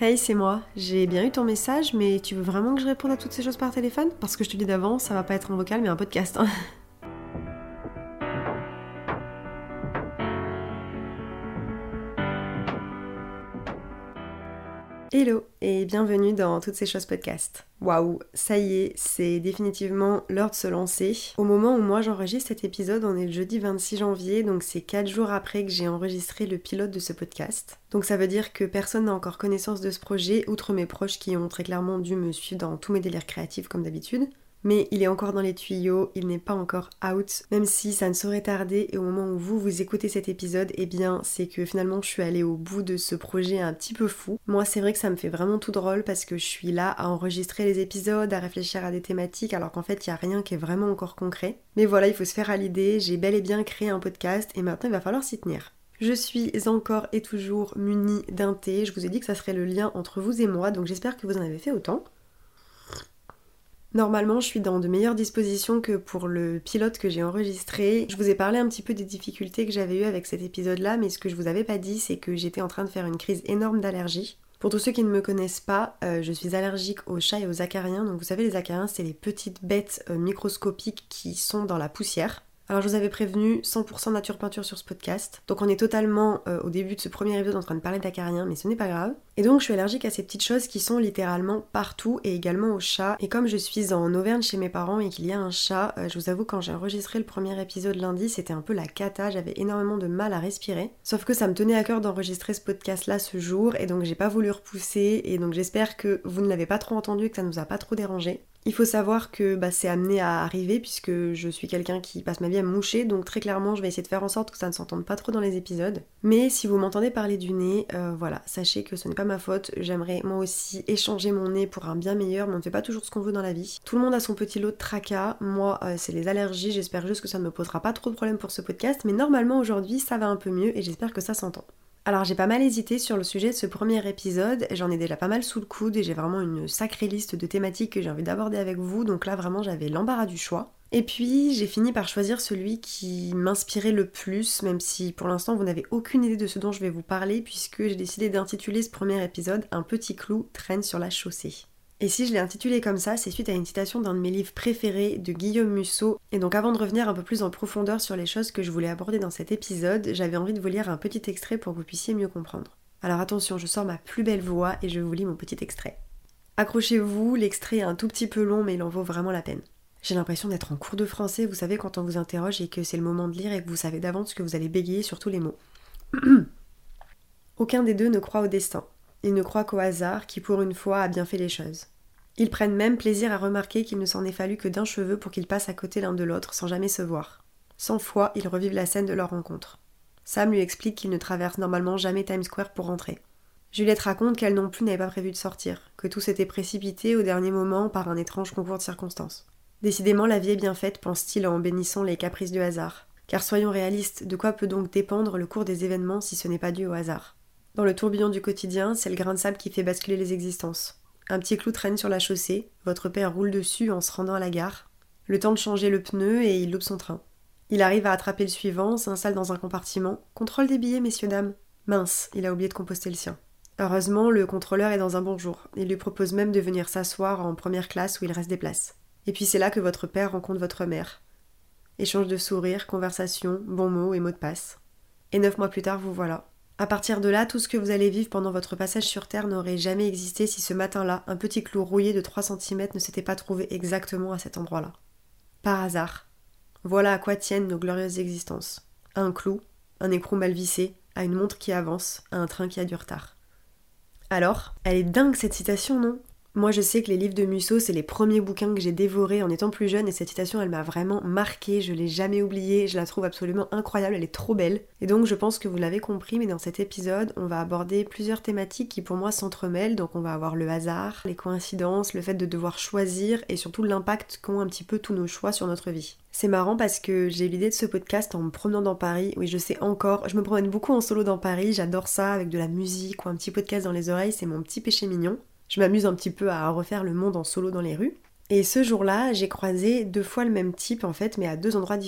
Hey, c'est moi. J'ai bien eu ton message, mais tu veux vraiment que je réponde à toutes ces choses par téléphone? Parce que je te dis d'avance, ça va pas être un vocal, mais un podcast. Hello et bienvenue dans Toutes ces choses podcast. Waouh, ça y est, c'est définitivement l'heure de se lancer. Au moment où moi j'enregistre cet épisode, on est le jeudi 26 janvier, donc c'est 4 jours après que j'ai enregistré le pilote de ce podcast. Donc ça veut dire que personne n'a encore connaissance de ce projet, outre mes proches qui ont très clairement dû me suivre dans tous mes délires créatifs comme d'habitude. Mais il est encore dans les tuyaux, il n'est pas encore out, même si ça ne saurait tarder et au moment où vous écoutez cet épisode, eh bien c'est que finalement je suis allée au bout de ce projet un petit peu fou. Moi c'est vrai que ça me fait vraiment tout drôle parce que je suis là à enregistrer les épisodes, à réfléchir à des thématiques alors qu'en fait il n'y a rien qui est vraiment encore concret. Mais voilà, il faut se faire à l'idée, j'ai bel et bien créé un podcast et maintenant il va falloir s'y tenir. Je suis encore et toujours munie d'un thé, je vous ai dit que ça serait le lien entre vous et moi, donc j'espère que vous en avez fait autant. Normalement, je suis dans de meilleures dispositions que pour le pilote que j'ai enregistré. Je vous ai parlé un petit peu des difficultés que j'avais eues avec cet épisode-là, mais ce que je vous avais pas dit, c'est que j'étais en train de faire une crise énorme d'allergie. Pour tous ceux qui ne me connaissent pas, je suis allergique aux chats et aux acariens. Donc vous savez, les acariens, c'est les petites bêtes microscopiques qui sont dans la poussière. Alors je vous avais prévenu 100% nature peinture sur ce podcast. Donc on est totalement au début de ce premier épisode en train de parler d'acariens, mais ce n'est pas grave. Et donc je suis allergique à ces petites choses qui sont littéralement partout et également aux chats. Et comme je suis en Auvergne chez mes parents et qu'il y a un chat, je vous avoue quand j'ai enregistré le premier épisode lundi, c'était un peu la cata, j'avais énormément de mal à respirer. Sauf que ça me tenait à cœur d'enregistrer ce podcast là ce jour et donc j'ai pas voulu repousser et donc j'espère que vous ne l'avez pas trop entendu et que ça ne vous a pas trop dérangé. Il faut savoir que c'est amené à arriver puisque je suis quelqu'un qui passe ma vie à me moucher, donc très clairement je vais essayer de faire en sorte que ça ne s'entende pas trop dans les épisodes. Mais si vous m'entendez parler du nez, voilà, sachez que ce n'est pas ma faute, j'aimerais moi aussi échanger mon nez pour un bien meilleur, mais on ne fait pas toujours ce qu'on veut dans la vie. Tout le monde a son petit lot de tracas, moi c'est les allergies, j'espère juste que ça ne me posera pas trop de problèmes pour ce podcast, mais normalement aujourd'hui ça va un peu mieux et j'espère que ça s'entend. Alors j'ai pas mal hésité sur le sujet de ce premier épisode, j'en ai déjà pas mal sous le coude et j'ai vraiment une sacrée liste de thématiques que j'ai envie d'aborder avec vous, donc là vraiment j'avais l'embarras du choix. Et puis j'ai fini par choisir celui qui m'inspirait le plus, même si pour l'instant vous n'avez aucune idée de ce dont je vais vous parler puisque j'ai décidé d'intituler ce premier épisode « Un petit clou traîne sur la chaussée ». Et si je l'ai intitulé comme ça, c'est suite à une citation d'un de mes livres préférés de Guillaume Musso. Et donc avant de revenir un peu plus en profondeur sur les choses que je voulais aborder dans cet épisode, j'avais envie de vous lire un petit extrait pour que vous puissiez mieux comprendre. Alors attention, je sors ma plus belle voix et je vous lis mon petit extrait. Accrochez-vous, l'extrait est un tout petit peu long mais il en vaut vraiment la peine. J'ai l'impression d'être en cours de français, vous savez quand on vous interroge et que c'est le moment de lire et que vous savez d'avance que vous allez bégayer sur tous les mots. Aucun des deux ne croit au destin. Ils ne croient qu'au hasard qui pour une fois a bien fait les choses. Ils prennent même plaisir à remarquer qu'il ne s'en est fallu que d'un cheveu pour qu'ils passent à côté l'un de l'autre sans jamais se voir. 100 fois, ils revivent la scène de leur rencontre. Sam lui explique qu'ils ne traversent normalement jamais Times Square pour rentrer. Juliette raconte qu'elle non plus n'avait pas prévu de sortir, que tout s'était précipité au dernier moment par un étrange concours de circonstances. Décidément, la vie est bien faite, pense-t-il en bénissant les caprices du hasard. Car soyons réalistes, de quoi peut donc dépendre le cours des événements si ce n'est pas dû au hasard? Dans le tourbillon du quotidien, c'est le grain de sable qui fait basculer les existences. Un petit clou traîne sur la chaussée, votre père roule dessus en se rendant à la gare. Le temps de changer le pneu et il loupe son train. Il arrive à attraper le suivant, s'installe dans un compartiment. Contrôle des billets, messieurs, dames. Mince, il a oublié de composter le sien. Heureusement, le contrôleur est dans un bon jour. Il lui propose même de venir s'asseoir en première classe où il reste des places. Et puis c'est là que votre père rencontre votre mère. Échange de sourires, conversation, bons mots et mots de passe. Et 9 mois plus tard, vous voilà. À partir de là, tout ce que vous allez vivre pendant votre passage sur Terre n'aurait jamais existé si ce matin-là, un petit clou rouillé de 3 cm ne s'était pas trouvé exactement à cet endroit-là. Par hasard. Voilà à quoi tiennent nos glorieuses existences. À un clou, un écrou mal vissé, à une montre qui avance, à un train qui a du retard. Alors, elle est dingue cette citation, non ? Moi je sais que les livres de Musso, c'est les premiers bouquins que j'ai dévorés en étant plus jeune et cette citation elle m'a vraiment marquée, je l'ai jamais oubliée, je la trouve absolument incroyable, elle est trop belle. Et donc je pense que vous l'avez compris, mais dans cet épisode, on va aborder plusieurs thématiques qui pour moi s'entremêlent, donc on va avoir le hasard, les coïncidences, le fait de devoir choisir et surtout l'impact qu'ont un petit peu tous nos choix sur notre vie. C'est marrant parce que j'ai eu l'idée de ce podcast en me promenant dans Paris, oui je sais encore, je me promène beaucoup en solo dans Paris, j'adore ça avec de la musique ou un petit podcast dans les oreilles, c'est mon petit péché mignon. Je m'amuse un petit peu à refaire le monde en solo dans les rues. Et ce jour-là, j'ai croisé 2 fois le même type en fait, mais à 2 endroits différents.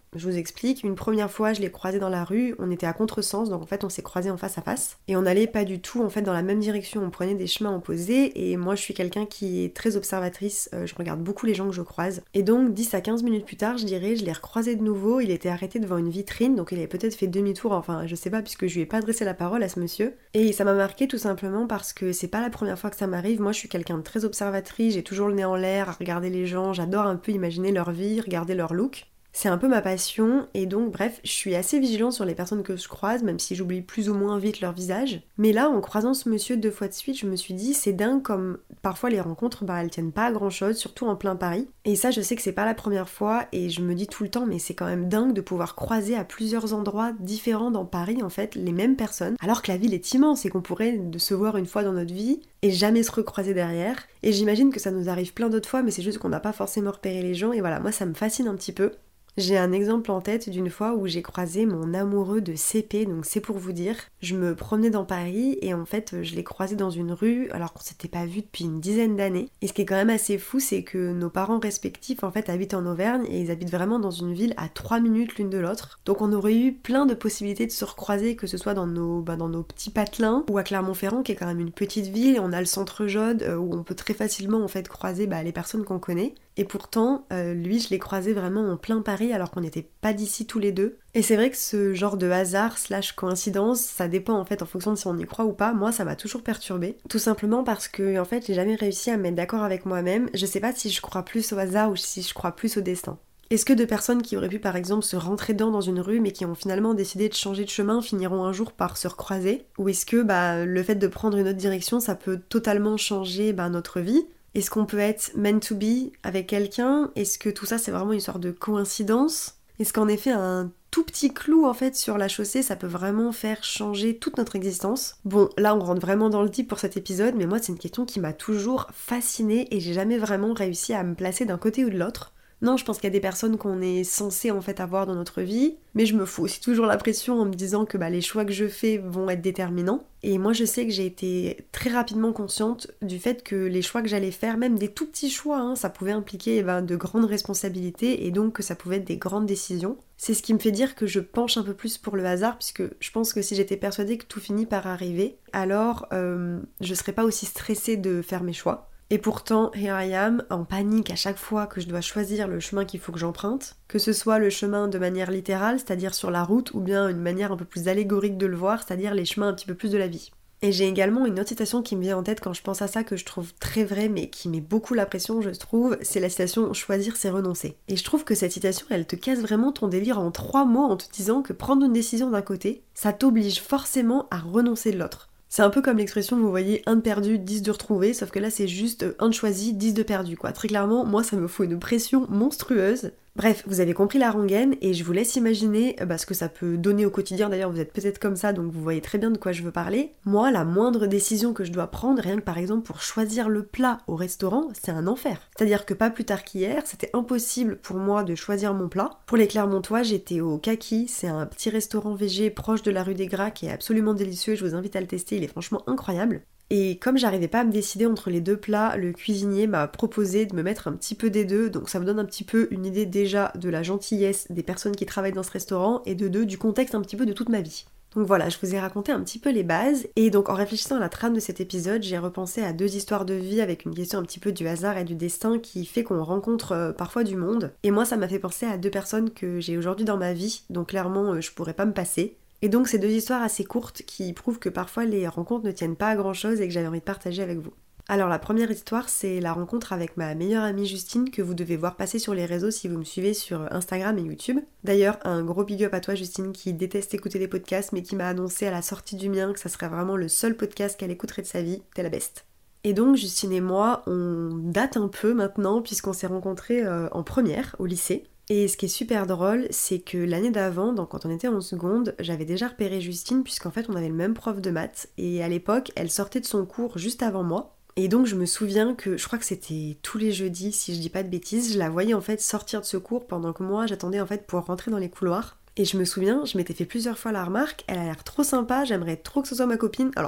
Je vous explique, une première fois je l'ai croisé dans la rue, on était à contresens, donc en fait on s'est croisés en face à face, et on n'allait pas du tout en fait dans la même direction, on prenait des chemins opposés, et moi je suis quelqu'un qui est très observatrice, je regarde beaucoup les gens que je croise, et donc 10 à 15 minutes plus tard je dirais, je l'ai recroisé de nouveau, il était arrêté devant une vitrine, donc il avait peut-être fait demi-tour, enfin je sais pas puisque je lui ai pas adressé la parole à ce monsieur, et ça m'a marqué tout simplement parce que c'est pas la première fois que ça m'arrive, moi je suis quelqu'un de très observatrice, j'ai toujours le nez en l'air à regarder les gens, j'adore un peu imaginer leur vie, regarder leur look. C'est un peu ma passion et donc bref, je suis assez vigilante sur les personnes que je croise, même si j'oublie plus ou moins vite leur visage. Mais là, en croisant ce monsieur 2 fois de suite, je me suis dit, c'est dingue comme parfois les rencontres, elles tiennent pas à grand chose, surtout en plein Paris. Et ça, je sais que c'est pas la première fois et je me dis tout le temps, mais c'est quand même dingue de pouvoir croiser à plusieurs endroits différents dans Paris, en fait, les mêmes personnes, alors que la ville est immense et qu'on pourrait se voir une fois dans notre vie et jamais se recroiser derrière. Et j'imagine que ça nous arrive plein d'autres fois, mais c'est juste qu'on n'a pas forcément repéré les gens et voilà, moi ça me fascine un petit peu. J'ai un exemple en tête d'une fois où j'ai croisé mon amoureux de CP, donc c'est pour vous dire. Je me promenais dans Paris et en fait je l'ai croisé dans une rue alors qu'on s'était pas vu depuis une dizaine d'années. Et ce qui est quand même assez fou, c'est que nos parents respectifs en fait habitent en Auvergne et ils habitent vraiment dans une ville à 3 minutes l'une de l'autre. Donc on aurait eu plein de possibilités de se recroiser, que ce soit dans nos petits patelins ou à Clermont-Ferrand qui est quand même une petite ville et on a le centre Jaude où on peut très facilement en fait croiser les personnes qu'on connaît. Et pourtant, lui, je l'ai croisé vraiment en plein Paris alors qu'on n'était pas d'ici tous les deux. Et c'est vrai que ce genre de hasard / coïncidence, ça dépend en fait en fonction de si on y croit ou pas. Moi, ça m'a toujours perturbée. Tout simplement parce que en fait, j'ai jamais réussi à me mettre d'accord avec moi-même. Je sais pas si je crois plus au hasard ou si je crois plus au destin. Est-ce que deux personnes qui auraient pu par exemple se rentrer dedans dans une rue mais qui ont finalement décidé de changer de chemin finiront un jour par se recroiser? Ou est-ce que le fait de prendre une autre direction, ça peut totalement changer notre vie? Est-ce qu'on peut être meant to be avec quelqu'un? Est-ce que tout ça c'est vraiment une sorte de coïncidence? Est-ce qu'en effet un tout petit clou en fait sur la chaussée ça peut vraiment faire changer toute notre existence? Bon, là on rentre vraiment dans le deep pour cet épisode, mais moi c'est une question qui m'a toujours fascinée et j'ai jamais vraiment réussi à me placer d'un côté ou de l'autre. Non, je pense qu'il y a des personnes qu'on est censé en fait avoir dans notre vie, mais je me fous aussi toujours la pression en me disant que les choix que je fais vont être déterminants. Et moi je sais que j'ai été très rapidement consciente du fait que les choix que j'allais faire, même des tout petits choix, ça pouvait impliquer de grandes responsabilités et donc que ça pouvait être des grandes décisions. C'est ce qui me fait dire que je penche un peu plus pour le hasard, puisque je pense que si j'étais persuadée que tout finit par arriver, alors je serais pas aussi stressée de faire mes choix. Et pourtant, here I am, en panique à chaque fois que je dois choisir le chemin qu'il faut que j'emprunte, que ce soit le chemin de manière littérale, c'est-à-dire sur la route, ou bien une manière un peu plus allégorique de le voir, c'est-à-dire les chemins un petit peu plus de la vie. Et j'ai également une autre citation qui me vient en tête quand je pense à ça, que je trouve très vraie, mais qui met beaucoup la pression, je trouve, c'est la citation « Choisir, c'est renoncer ». Et je trouve que cette citation, elle te casse vraiment ton délire en 3 mots en te disant que prendre une décision d'un côté, ça t'oblige forcément à renoncer de l'autre. C'est un peu comme l'expression, vous voyez, 1 de perdu, 10 de retrouvé, sauf que là c'est juste 1 de choisi, 10 de perdu, quoi. Très clairement, moi ça me fout une pression monstrueuse. Bref, vous avez compris la rengaine et je vous laisse imaginer ce que ça peut donner au quotidien. D'ailleurs, vous êtes peut-être comme ça, donc vous voyez très bien de quoi je veux parler. Moi, la moindre décision que je dois prendre, rien que par exemple pour choisir le plat au restaurant, c'est un enfer. C'est-à-dire que pas plus tard qu'hier, c'était impossible pour moi de choisir mon plat. Pour les Clermontois, j'étais au Kaki, c'est un petit restaurant végé proche de la rue des Gras qui est absolument délicieux, je vous invite à le tester, il est franchement incroyable. Et comme j'arrivais pas à me décider entre les 2 plats, le cuisinier m'a proposé de me mettre un petit peu des 2, donc ça me donne un petit peu une idée déjà de la gentillesse des personnes qui travaillent dans ce restaurant et de 2 du contexte un petit peu de toute ma vie. Donc voilà, je vous ai raconté un petit peu les bases, et donc en réfléchissant à la trame de cet épisode, j'ai repensé à 2 histoires de vie avec une question un petit peu du hasard et du destin qui fait qu'on rencontre parfois du monde. Et moi ça m'a fait penser à 2 personnes que j'ai aujourd'hui dans ma vie, donc clairement je pourrais pas me passer. Et donc c'est 2 histoires assez courtes qui prouvent que parfois les rencontres ne tiennent pas à grand chose et que j'avais envie de partager avec vous. Alors la première histoire, c'est la rencontre avec ma meilleure amie Justine que vous devez voir passer sur les réseaux si vous me suivez sur Instagram et YouTube. D'ailleurs, un gros big up à toi Justine qui déteste écouter les podcasts mais qui m'a annoncé à la sortie du mien que ça serait vraiment le seul podcast qu'elle écouterait de sa vie, t'es la best. Et donc Justine et moi, on date un peu maintenant puisqu'on s'est rencontrés en première au lycée. Et ce qui est super drôle, c'est que l'année d'avant, donc quand on était en seconde, j'avais déjà repéré Justine puisqu'en fait on avait le même prof de maths et à l'époque elle sortait de son cours juste avant moi. Et donc je me souviens que, je crois que c'était tous les jeudis si je dis pas de bêtises, je la voyais en fait sortir de ce cours pendant que moi j'attendais en fait pour rentrer dans les couloirs. Et je me souviens, je m'étais fait plusieurs fois la remarque, elle a l'air trop sympa, j'aimerais trop que ce soit ma copine. Alors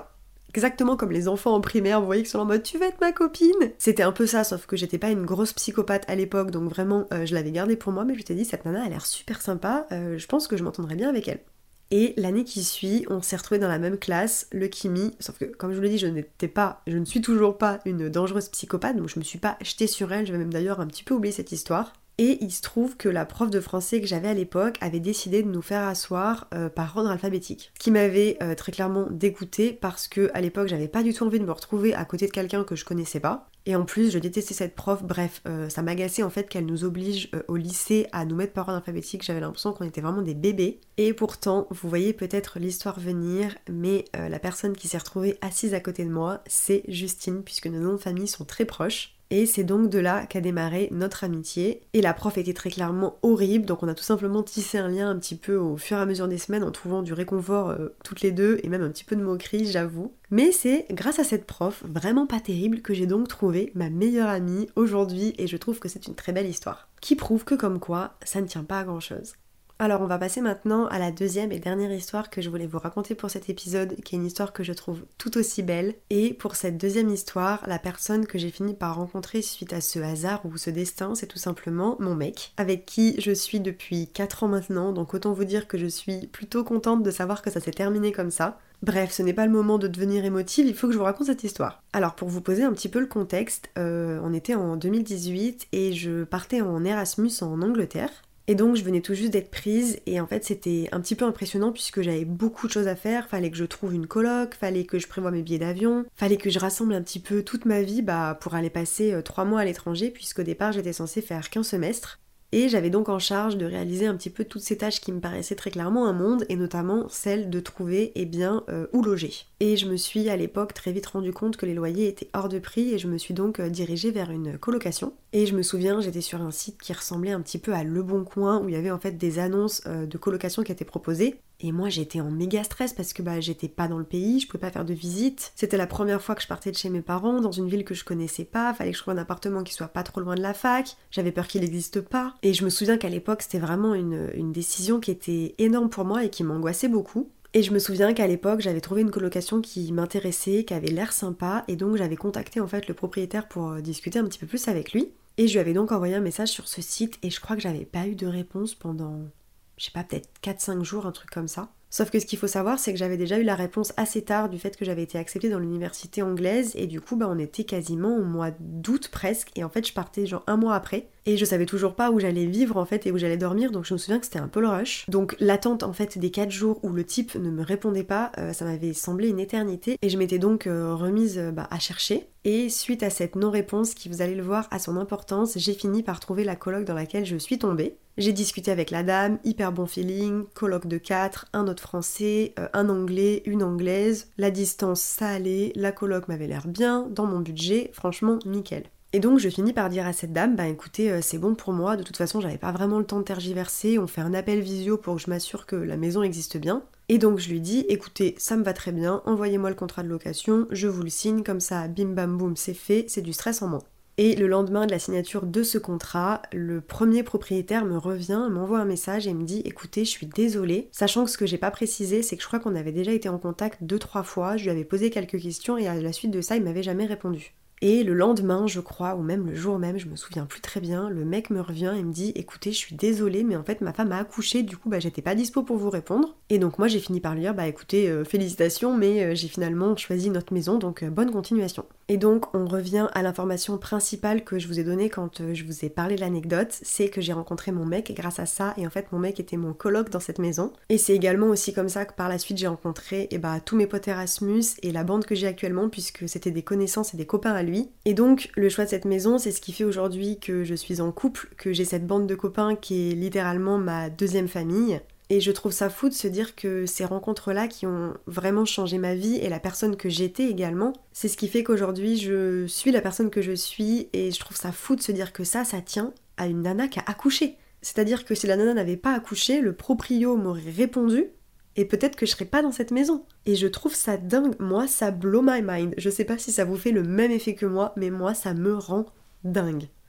Exactement comme les enfants en primaire, vous voyez, qui sont en mode tu vas être ma copine. C'était un peu ça, sauf que j'étais pas une grosse psychopathe à l'époque, donc vraiment je l'avais gardée pour moi, mais je t'ai dit cette nana a l'air super sympa, je pense que je m'entendrais bien avec elle. Et l'année qui suit, on s'est retrouvés dans la même classe, le Kimi, sauf que comme je vous l'ai dit, je ne suis toujours pas une dangereuse psychopathe, donc je me suis pas jetée sur elle, j'avais même d'ailleurs un petit peu oublié cette histoire. Et il se trouve que la prof de français que j'avais à l'époque avait décidé de nous faire asseoir par ordre alphabétique. Ce qui m'avait très clairement dégoûtée parce que à l'époque j'avais pas du tout envie de me retrouver à côté de quelqu'un que je connaissais pas. Et en plus je détestais cette prof, bref, ça m'agaçait en fait qu'elle nous oblige au lycée à nous mettre par ordre alphabétique, j'avais l'impression qu'on était vraiment des bébés. Et pourtant, vous voyez peut-être l'histoire venir, mais la personne qui s'est retrouvée assise à côté de moi, c'est Justine, puisque nos noms de famille sont très proches. Et c'est donc de là qu'a démarré notre amitié. Et la prof était très clairement horrible, donc on a tout simplement tissé un lien un petit peu au fur et à mesure des semaines en trouvant du réconfort toutes les deux, et même un petit peu de moquerie, j'avoue. Mais c'est grâce à cette prof, vraiment pas terrible, que j'ai donc trouvé ma meilleure amie aujourd'hui, et je trouve que c'est une très belle histoire. Qui prouve que comme quoi, ça ne tient pas à grand chose. Alors on va passer maintenant à la deuxième et dernière histoire que je voulais vous raconter pour cet épisode, qui est une histoire que je trouve tout aussi belle. Et pour cette deuxième histoire, la personne que j'ai fini par rencontrer suite à ce hasard ou ce destin, c'est tout simplement mon mec, avec qui je suis depuis 4 ans maintenant, donc autant vous dire que je suis plutôt contente de savoir que ça s'est terminé comme ça. Bref, ce n'est pas le moment de devenir émotive, il faut que je vous raconte cette histoire. Alors pour vous poser un petit peu le contexte, on était en 2018 et je partais en Erasmus en Angleterre. Et donc je venais tout juste d'être prise et en fait c'était un petit peu impressionnant puisque j'avais beaucoup de choses à faire, fallait que je trouve une coloc, fallait que je prévoie mes billets d'avion, fallait que je rassemble un petit peu toute ma vie pour aller passer 3 mois à l'étranger puisqu'au départ j'étais censée faire qu'un semestre. Et j'avais donc en charge de réaliser un petit peu toutes ces tâches qui me paraissaient très clairement un monde, et notamment celle de trouver où loger. Et je me suis à l'époque très vite rendu compte que les loyers étaient hors de prix et je me suis donc dirigée vers une colocation. Et je me souviens, j'étais sur un site qui ressemblait un petit peu à Le Bon Coin où il y avait en fait des annonces de colocation qui étaient proposées. Et moi j'étais en méga stress parce que j'étais pas dans le pays, je pouvais pas faire de visite. C'était la première fois que je partais de chez mes parents dans une ville que je connaissais pas, fallait que je trouve un appartement qui soit pas trop loin de la fac, j'avais peur qu'il n'existe pas. Et je me souviens qu'à l'époque c'était vraiment une décision qui était énorme pour moi et qui m'angoissait beaucoup. Et je me souviens qu'à l'époque j'avais trouvé une colocation qui m'intéressait, qui avait l'air sympa, et donc j'avais contacté en fait le propriétaire pour discuter un petit peu plus avec lui. Et je lui avais donc envoyé un message sur ce site et je crois que j'avais pas eu de réponse pendant, je sais pas, peut-être 4-5 jours, un truc comme ça. Sauf que ce qu'il faut savoir, c'est que j'avais déjà eu la réponse assez tard du fait que j'avais été acceptée dans l'université anglaise et du coup, on était quasiment au mois d'août presque et en fait, je partais genre 1 mois après et je savais toujours pas où j'allais vivre en fait et où j'allais dormir, donc je me souviens que c'était un peu le rush. Donc l'attente en fait des 4 jours où le type ne me répondait pas, ça m'avait semblé une éternité et je m'étais donc remise à chercher. Et suite à cette non-réponse qui, vous allez le voir, a son importance, j'ai fini par trouver la coloc dans laquelle je suis tombée. J'ai discuté avec la dame, hyper bon feeling, coloc de 4, un autre français, un anglais, une anglaise, la distance ça allait, la coloc m'avait l'air bien, dans mon budget, franchement nickel. Et donc je finis par dire à cette dame, écoutez, c'est bon pour moi, de toute façon j'avais pas vraiment le temps de tergiverser, on fait un appel visio pour que je m'assure que la maison existe bien. Et donc je lui dis, écoutez, ça me va très bien, envoyez-moi le contrat de location, je vous le signe, comme ça, bim bam boum, c'est fait, c'est du stress en moins. Et le lendemain de la signature de ce contrat, le premier propriétaire me revient, m'envoie un message et me dit, écoutez, je suis désolée, sachant que ce que j'ai pas précisé, c'est que je crois qu'on avait déjà été en contact 2-3 fois, je lui avais posé quelques questions et à la suite de ça, il m'avait jamais répondu. Et le lendemain, je crois, ou même le jour même, je me souviens plus très bien, le mec me revient et me dit, écoutez, je suis désolée, mais en fait ma femme a accouché, du coup j'étais pas dispo pour vous répondre. Et donc moi j'ai fini par lui dire, écoutez, félicitations, mais j'ai finalement choisi notre maison, donc bonne continuation. Et donc on revient à l'information principale que je vous ai donnée quand je vous ai parlé de l'anecdote, c'est que j'ai rencontré mon mec grâce à ça, et en fait mon mec était mon coloc dans cette maison. Et c'est également aussi comme ça que par la suite j'ai rencontré tous mes potes Erasmus et la bande que j'ai actuellement, puisque c'était des connaissances et des copains à lui. Et donc le choix de cette maison, c'est ce qui fait aujourd'hui que je suis en couple, que j'ai cette bande de copains qui est littéralement ma deuxième famille. Et je trouve ça fou de se dire que ces rencontres-là qui ont vraiment changé ma vie et la personne que j'étais également, c'est ce qui fait qu'aujourd'hui je suis la personne que je suis et je trouve ça fou de se dire que ça tient à une nana qui a accouché. C'est-à-dire que si la nana n'avait pas accouché, le proprio m'aurait répondu et peut-être que je serais pas dans cette maison. Et je trouve ça dingue, moi ça blow my mind. Je sais pas si ça vous fait le même effet que moi, mais moi ça me rend dingue.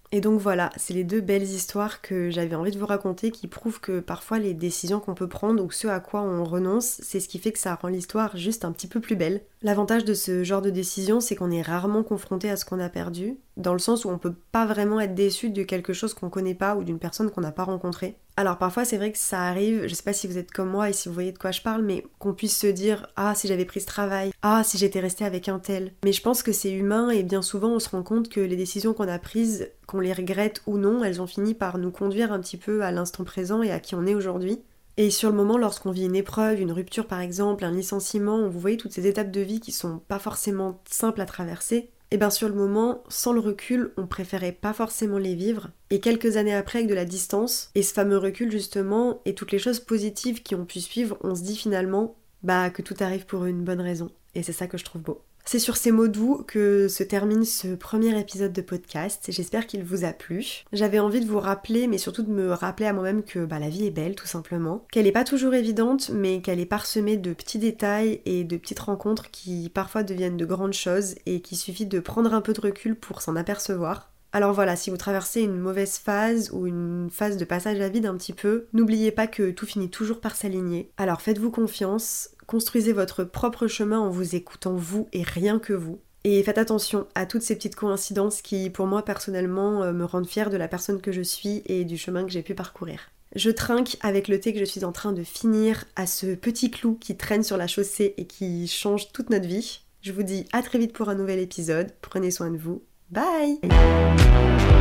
Et donc voilà, c'est les deux belles histoires que j'avais envie de vous raconter qui prouvent que parfois les décisions qu'on peut prendre ou ce à quoi on renonce, c'est ce qui fait que ça rend l'histoire juste un petit peu plus belle. L'avantage de ce genre de décision, c'est qu'on est rarement confronté à ce qu'on a perdu, dans le sens où on peut pas vraiment être déçu de quelque chose qu'on connaît pas ou d'une personne qu'on n'a pas rencontrée. Alors parfois c'est vrai que ça arrive, je sais pas si vous êtes comme moi et si vous voyez de quoi je parle, mais qu'on puisse se dire « Ah, si j'avais pris ce travail, ah, si j'étais restée avec un tel ». Mais je pense que c'est humain et bien souvent on se rend compte que les décisions qu'on a prises, qu'on les regrette ou non, elles ont fini par nous conduire un petit peu à l'instant présent et à qui on est aujourd'hui. Et sur le moment, lorsqu'on vit une épreuve, une rupture par exemple, un licenciement, vous voyez toutes ces étapes de vie qui sont pas forcément simples à traverser, et bien sur le moment, sans le recul, on préférait pas forcément les vivre. Et quelques années après, avec de la distance, et ce fameux recul justement, et toutes les choses positives qui ont pu suivre, on se dit finalement que tout arrive pour une bonne raison. Et c'est ça que je trouve beau. C'est sur ces mots doux que se termine ce premier épisode de podcast. J'espère qu'il vous a plu. J'avais envie de vous rappeler, mais surtout de me rappeler à moi-même que la vie est belle, tout simplement. Qu'elle est pas toujours évidente, mais qu'elle est parsemée de petits détails et de petites rencontres qui parfois deviennent de grandes choses et qu'il suffit de prendre un peu de recul pour s'en apercevoir. Alors voilà, si vous traversez une mauvaise phase ou une phase de passage à vide un petit peu, n'oubliez pas que tout finit toujours par s'aligner. Alors faites-vous confiance, construisez votre propre chemin en vous écoutant vous et rien que vous. Et faites attention à toutes ces petites coïncidences qui, pour moi personnellement, me rendent fière de la personne que je suis et du chemin que j'ai pu parcourir. Je trinque avec le thé que je suis en train de finir à ce petit clou qui traîne sur la chaussée et qui change toute notre vie. Je vous dis à très vite pour un nouvel épisode, prenez soin de vous. Bye!